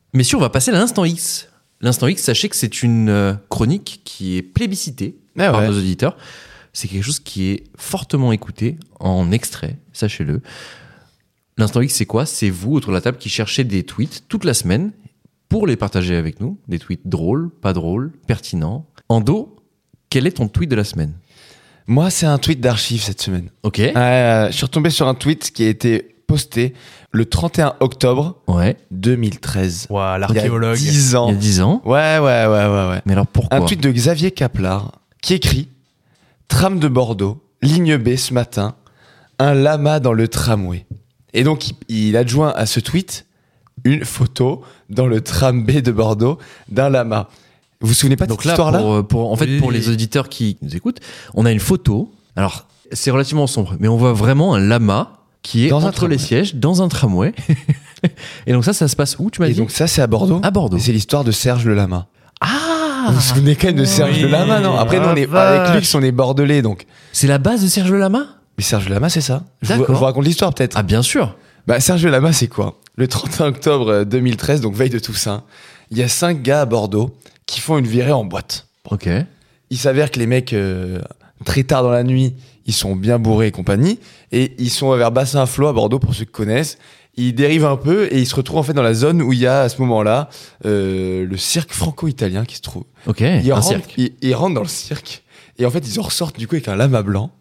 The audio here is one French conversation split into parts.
Messieurs, on va passer à l'Instant X. L'Instant X, sachez que c'est une chronique qui est plébiscitée par nos auditeurs. C'est quelque chose qui est fortement écouté en extrait, sachez-le. L'Instant X, c'est quoi ? C'est vous, autour de la table, qui cherchez des tweets toute la semaine pour les partager avec nous. Des tweets drôles, pas drôles, pertinents. Ando, quel est ton tweet de la semaine ? Moi, c'est un tweet d'archives cette semaine. Ok. Je suis retombé sur un tweet qui a été posté le 31 octobre 2013. Ouah, l'archéologue. Il y a 10 ans. Il y a 10 ans. Ouais. Mais alors pourquoi ? Un tweet de Xavier Kaplar qui écrit « Tram de Bordeaux, ligne B ce matin, un lama dans le tramway ». Et donc, il adjoint à ce tweet une photo dans le tram B de Bordeaux d'un lama. Vous vous souvenez pas de cette histoire-là ? Pour les auditeurs qui nous écoutent, on a une photo. Alors, c'est relativement sombre, mais on voit vraiment un lama qui est entre les sièges, dans un tramway. Et donc ça se passe où, tu m'as dit ? Et donc ça, c'est à Bordeaux. À Bordeaux. Et c'est l'histoire de Serge le Lama. Ah ! Vous vous souvenez quand même de Serge le Lama, non ? Après, nous, avec Lux, on est bordelais, donc. C'est la base de Serge le Lama ? Mais Serge le Lama, c'est ça. Je vous raconte l'histoire, peut-être. Ah, bien sûr. Serge le Lama, c'est quoi ? Le 31 octobre 2013, donc veille de Toussaint, il y a 5 gars à Bordeaux qui font une virée en boîte. Ok. Il s'avère que les mecs, très tard dans la nuit, ils sont bien bourrés et compagnie, et ils sont vers Bassin-Flot à Bordeaux, pour ceux qui connaissent. Ils dérivent un peu et ils se retrouvent en fait dans la zone où il y a à ce moment-là le cirque franco-italien qui se trouve. Ok, cirque. Ils rentrent dans le cirque et en fait ils en ressortent du coup avec un lama blanc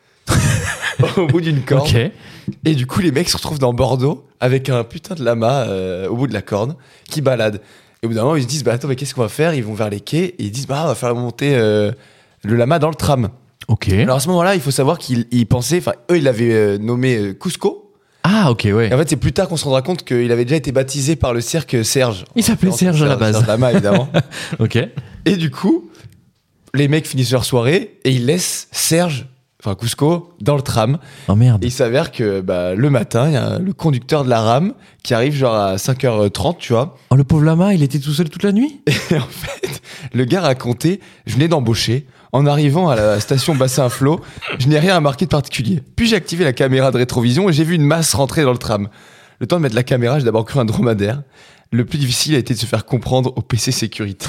au bout d'une corde. Okay. Et du coup les mecs se retrouvent dans Bordeaux avec un putain de lama au bout de la corde qui balade. Et au bout d'un moment ils se disent attends mais qu'est-ce qu'on va faire ? Ils vont vers les quais et ils disent on va faire monter le lama dans le tram. Ok. Alors à ce moment-là il faut savoir qu'ils pensaient, eux ils l'avaient nommé Cusco. Ah, ok, ouais. Et en fait, c'est plus tard qu'on se rendra compte qu'il avait déjà été baptisé par le cirque Serge. Il s'appelait Serge à la base. Serge Lama, évidemment. Ok. Et du coup, les mecs finissent leur soirée et ils laissent Cusco, dans le tram. Oh merde. Et il s'avère que le matin, il y a le conducteur de la rame qui arrive genre à 5h30, tu vois. Oh, le pauvre lama, il était tout seul toute la nuit ? Et en fait, le gars racontait, je venais d'embaucher. En arrivant à la station Bassin-Flot, je n'ai rien remarqué de particulier. Puis j'ai activé la caméra de rétrovision et j'ai vu une masse rentrer dans le tram. Le temps de mettre la caméra, j'ai d'abord cru un dromadaire. Le plus difficile a été de se faire comprendre au PC sécurité.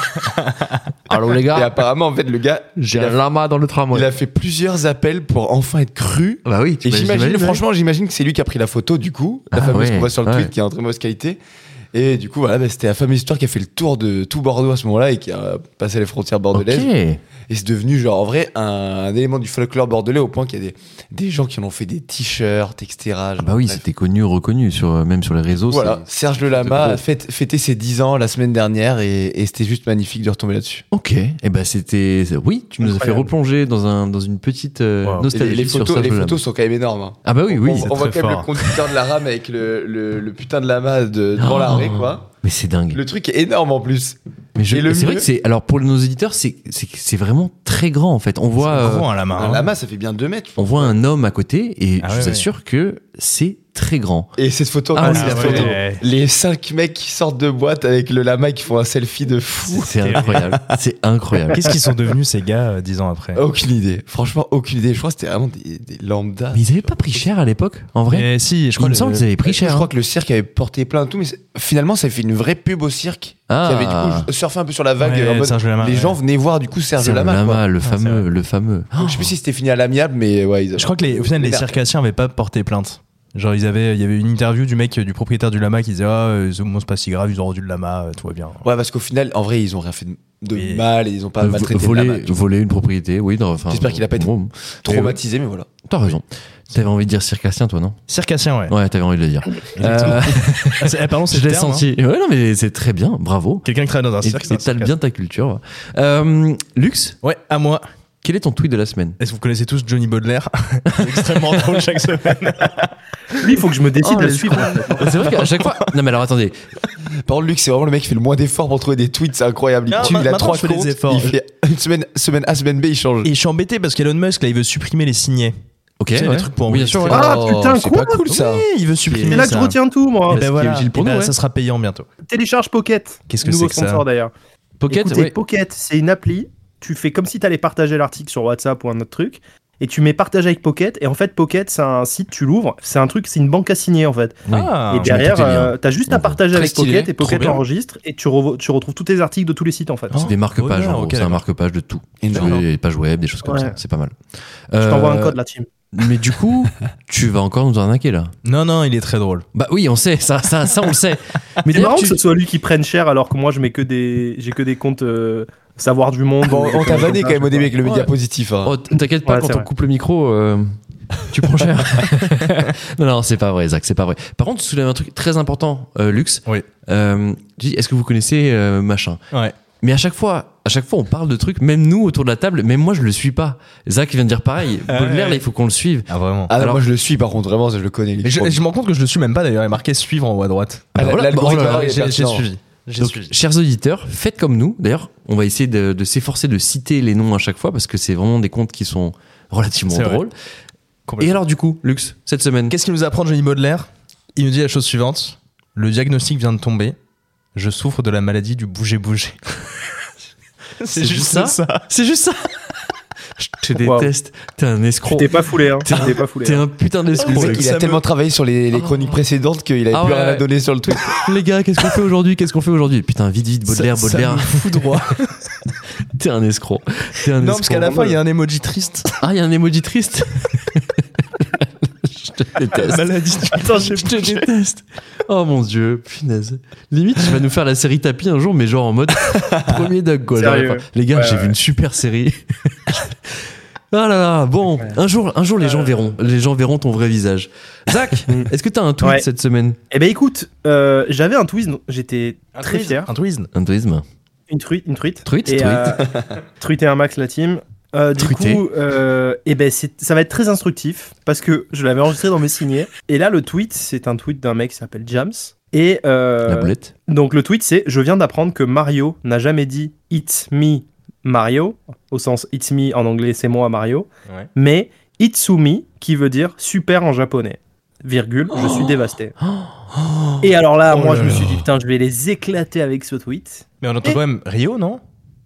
Allô les gars. Et apparemment, en fait, le gars... J'ai un lama dans le tram. Il a fait plusieurs appels pour enfin être cru. Bah oui, et j'imagine que c'est lui qui a pris la photo, du coup. La fameuse qu'on voit sur le tweet qui est en très mauvaise qualité. Et du coup, voilà, c'était la fameuse histoire qui a fait le tour de tout Bordeaux à ce moment-là et qui a passé les frontières bordelaise. Ok. Et c'est devenu, genre, en vrai, un élément du folklore bordelais au point qu'il y a des gens qui en ont fait des t-shirts, etc. Ah bah oui, c'était connu, reconnu, même sur les réseaux. Voilà, Serge le Lama a fêté ses 10 ans la semaine dernière et c'était juste magnifique de retomber là-dessus. Ok, et bah c'était... Oui, tu nous as fait replonger dans une petite nostalgie les sur Serge le Lama. Les photos sont quand même énormes. Hein. Ah bah oui, On voit quand même le conducteur de la rame avec le putain de lama devant l'arrêt, quoi. Mais c'est dingue. Le truc est énorme en plus. Mais c'est vrai que c'est... Alors pour nos éditeurs, c'est vraiment très grand en fait. On voit... un lama. Un lama, ça fait bien 2 mètres. On voit un homme à côté et je vous assure que c'est très grand. Et cette photo, photo. Les 5 mecs qui sortent de boîte avec le lama qui font un selfie de fou. C'est incroyable. C'est incroyable. Qu'est-ce qu'ils sont devenus ces gars 10 ans après ? Aucune idée. Franchement, aucune idée. Je crois que c'était vraiment des lambda. Mais ils avaient pas pris cher à l'époque, en vrai. Si, je crois. Il me semble qu'ils avaient pris cher. Je crois que le cirque avait porté plein de tout, mais finalement, ça a fait une vraie pub au cirque. Qui avait du coup surfé un peu sur la vague. En mode, les gens venaient voir du coup Serge Lama. Le fameux. Donc, je sais plus si c'était fini à l'amiable, mais ouais. Je crois que au final, les circassiens avaient pas porté plainte. Genre il y avait une interview du propriétaire du lama qui disait c'est pas si grave, ils ont rendu le lama, tout va bien. Ouais, parce qu'au final, en vrai, ils ont rien fait de mal et ils ont pas maltraité le lama. Voler une propriété, oui. J'espère qu'il a pas été traumatisé, mais voilà. T'as raison. T'avais envie de dire circassien, toi, non ? Circassien, ouais. Ouais, t'avais envie de le dire. Pardon, c'est je l'ai senti. Hein. Ouais, non, mais c'est très bien, bravo. Quelqu'un qui travaille dans un cirque. Et t'as bien ta culture. Lux ? Ouais, à moi. Quel est ton tweet de la semaine ? Est-ce que vous connaissez tous Johnny Baudelaire ? Extrêmement drôle chaque semaine. Lui, il faut que je me décide de le suivre. C'est vrai qu'à chaque fois. Non, mais alors attendez. Par contre, Luc, c'est vraiment le mec qui fait le moins d'efforts pour trouver des tweets, c'est incroyable. Il a 3 comptes, il fait une semaine A, semaine B, il change. Et je suis embêté parce qu'Elon Musk, là, il veut supprimer les signets. Ok, les trucs pour envoyer sûr. Ah putain, c'est pas cool ça. Oui, il veut supprimer ça. C'est là que je retiens tout, moi. Et ben voilà, ça sera payant bientôt. Télécharge Pocket. Qu'est-ce que c'est nouveau que ça ? sponsor d'ailleurs. Pocket, Écoutez, Pocket, c'est une appli. Tu fais comme si tu allais partager l'article sur WhatsApp ou un autre truc. et tu mets partager avec Pocket. Et en fait, Pocket, c'est un site, tu l'ouvres, c'est un truc, c'est une banque à signer en fait. Oui. Et derrière, tous tes liens. t'as juste à partager Très avec stylé, Pocket et trop Pocket bien. l'enregistre et tu retrouves tous tes articles de tous les sites en fait. C'est des marque-pages, bien, en gros. ok, C'est un d'accord. marque-page de tout. Énorme. Des pages web, des choses comme Ouais. ça. C'est pas mal. Je t'envoie un code là, team. Mais du coup, tu vas encore nous arnaquer là. Non, il est très drôle. Bah oui, on sait, ça on le sait. Mais C'est d'ailleurs, marrant tu- que ce soit lui qui prenne cher alors que moi j'ai que des comptes savoir du monde. Bon, on t'a vanné quand même au début avec le Ouais. média positif. Hein. Oh, t'inquiète pas, Ouais, quand c'est on vrai. coupe le micro, tu prends cher. non, c'est pas vrai, Zach, c'est pas vrai. Par contre, tu soulèves un truc très important, Lux. Oui. Tu dis, est-ce que vous connaissez machin Ouais. Mais à chaque fois, on parle de trucs, même nous autour de la table, même moi je le suis pas. Zach vient de dire pareil. Baudelaire, là, il faut qu'on le suive. Ah, vraiment. Ah non, Alors- moi je le suis par contre, vraiment, je le connais. Mais je me rends compte que je le suis même pas d'ailleurs, il est marqué suivre en haut à droite. Ah, bah voilà. l'algorithme, Oh là là, il est J'ai pertinent. suivi. Donc, chers auditeurs, faites comme nous. D'ailleurs, on va essayer de s'efforcer de citer les noms à chaque fois parce que c'est vraiment des comptes qui sont relativement C'est vrai. drôles. Complètement. Et alors, du coup, Lux, cette semaine, Qu'est-ce qu'il nous apprend Johnny Baudelaire? Il nous dit la chose suivante. Le diagnostic vient de tomber. Je souffre de la maladie du bouger-bouger. c'est juste ça. C'est juste ça. Je te Wow. déteste. T'es un Tu escroc. t'es pas foulé, hein. Tu t'es pas foulé. T'es hein. un putain Le d'escroc. mec, Lux. il a tellement travaillé sur les chroniques précédentes qu'il avait Ah plus ouais. rien à donner sur le truc. Les gars, qu'est-ce qu'on fait aujourd'hui? Putain, vite, Baudelaire. Ça me fout droit. T'es un escroc. T'es un Non, escroc. parce qu'à la fin, il y a un emoji triste. Ah, il y a un emoji triste. Je te déteste. Maladie. Putain, je te déteste. Oh mon dieu, punaise. Limite, tu vas nous faire la série tapis un jour, mais genre en mode premier Doug, quoi. Sérieux. Genre, les gars, Ouais, j'ai vu une super série. Ah là là, bon, un jour les gens verront ton vrai visage. Zach, est-ce que t'as un tweet Ouais. cette semaine? Eh ben écoute, j'avais un tweet, j'étais très fier. Un twist. Un tourisme. Une tweet. Tweet, Et, tweet. tweeter un max la team. Du Tweeter. coup, eh ben ça va être très instructif parce que je l'avais enregistré dans mes signets. Et là, le tweet, c'est un tweet d'un mec qui s'appelle Jams. Et La boulette. donc le tweet, c'est: je viens d'apprendre que Mario n'a jamais dit It's me Mario, au sens It's me en anglais, c'est moi Mario, Ouais. mais Itsumi qui veut dire super en japonais. Virgule, je suis dévasté. Et alors là, Oh moi là je me là. suis dit putain, je vais les éclater avec ce tweet. Mais on entend quand même Rio, non?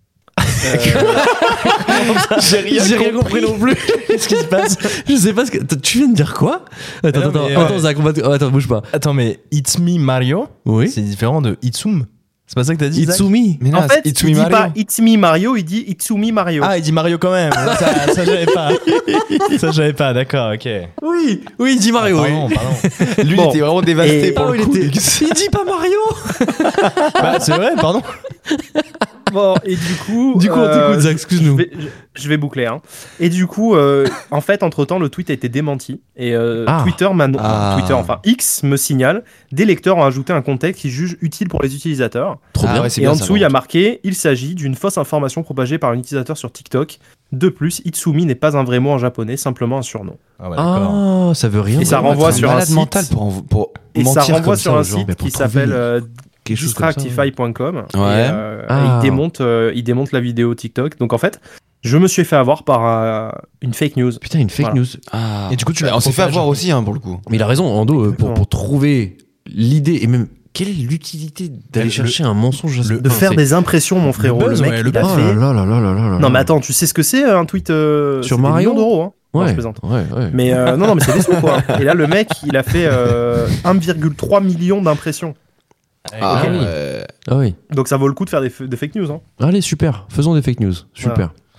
J'ai rien compris non plus. Qu'est-ce qui se passe? Je sais pas ce que. Tu viens de dire quoi? Attends, non, mais, attends, Zach, attends, bouge pas. Attends, mais It's me Mario, Oui. c'est différent de Itsum. C'est pas ça que t'as dit, Zach? Itsumi. Mais En fait, Itsumi il dit Mario. pas It's me Mario, il dit Itsumi Mario. Ah, il dit Mario quand même. Ça j'avais pas. Ça j'avais pas, d'accord, ok. Oui, il dit Mario. Pardon, pardon. Lui, Bon. il était vraiment dévasté Et- pour Oh, le il coup. était. Il dit pas Mario. Bah, c'est vrai, pardon. Bon, et du coup. On t'écoute, Zach, excuse-nous. Je vais boucler. Hein. Et du coup, en fait, entre-temps, le tweet a été démenti. Et Ah. Twitter, X me signale: des lecteurs ont ajouté un contexte qu'ils jugent utile pour les utilisateurs. Trop Ah bien. ouais, c'est Et bien en ça, dessous, il y a par marqué: il s'agit d'une fausse information propagée par un utilisateur sur TikTok. De plus, Itsumi n'est pas un vrai mot en japonais, simplement un surnom. Ah, ouais, d'accord. Ah, ça veut rien Et ça dire. renvoie contre. sur un malade site. mental pour Et ça mentir renvoie comme sur ça un aux gens. site mais pour qui trouver s'appelle quelque chose comme ça. distractify.com. Ouais. Et Ah. il démonte la vidéo TikTok. Donc en fait, je me suis fait avoir par une fake news. Putain, une fake Voilà. news. Ah. Et du coup, tu l'as on s'est fait propagé. avoir aussi, hein, pour le coup. Mais il a raison, Ando, Exactement. pour trouver l'idée et même quelle est l'utilité d'aller Le- chercher un mensonge De faire des impressions, mon frérot. buzz, le mec, ouais, le il a buzz. Oh fait. là là là là là là. Non, mais attends, tu sais ce que c'est un tweet Sur c'est des Mario millions d'euros, hein. Non, je Ouais, plaisante. ouais. Mais non, mais c'est des sous, quoi. Et là, le mec, il a fait 1,3 million d'impressions. Ah, oui. ouais. Ah oui. Donc ça vaut le coup de faire des fake news. Hein. Allez, super. Faisons des fake news. Super. Voilà.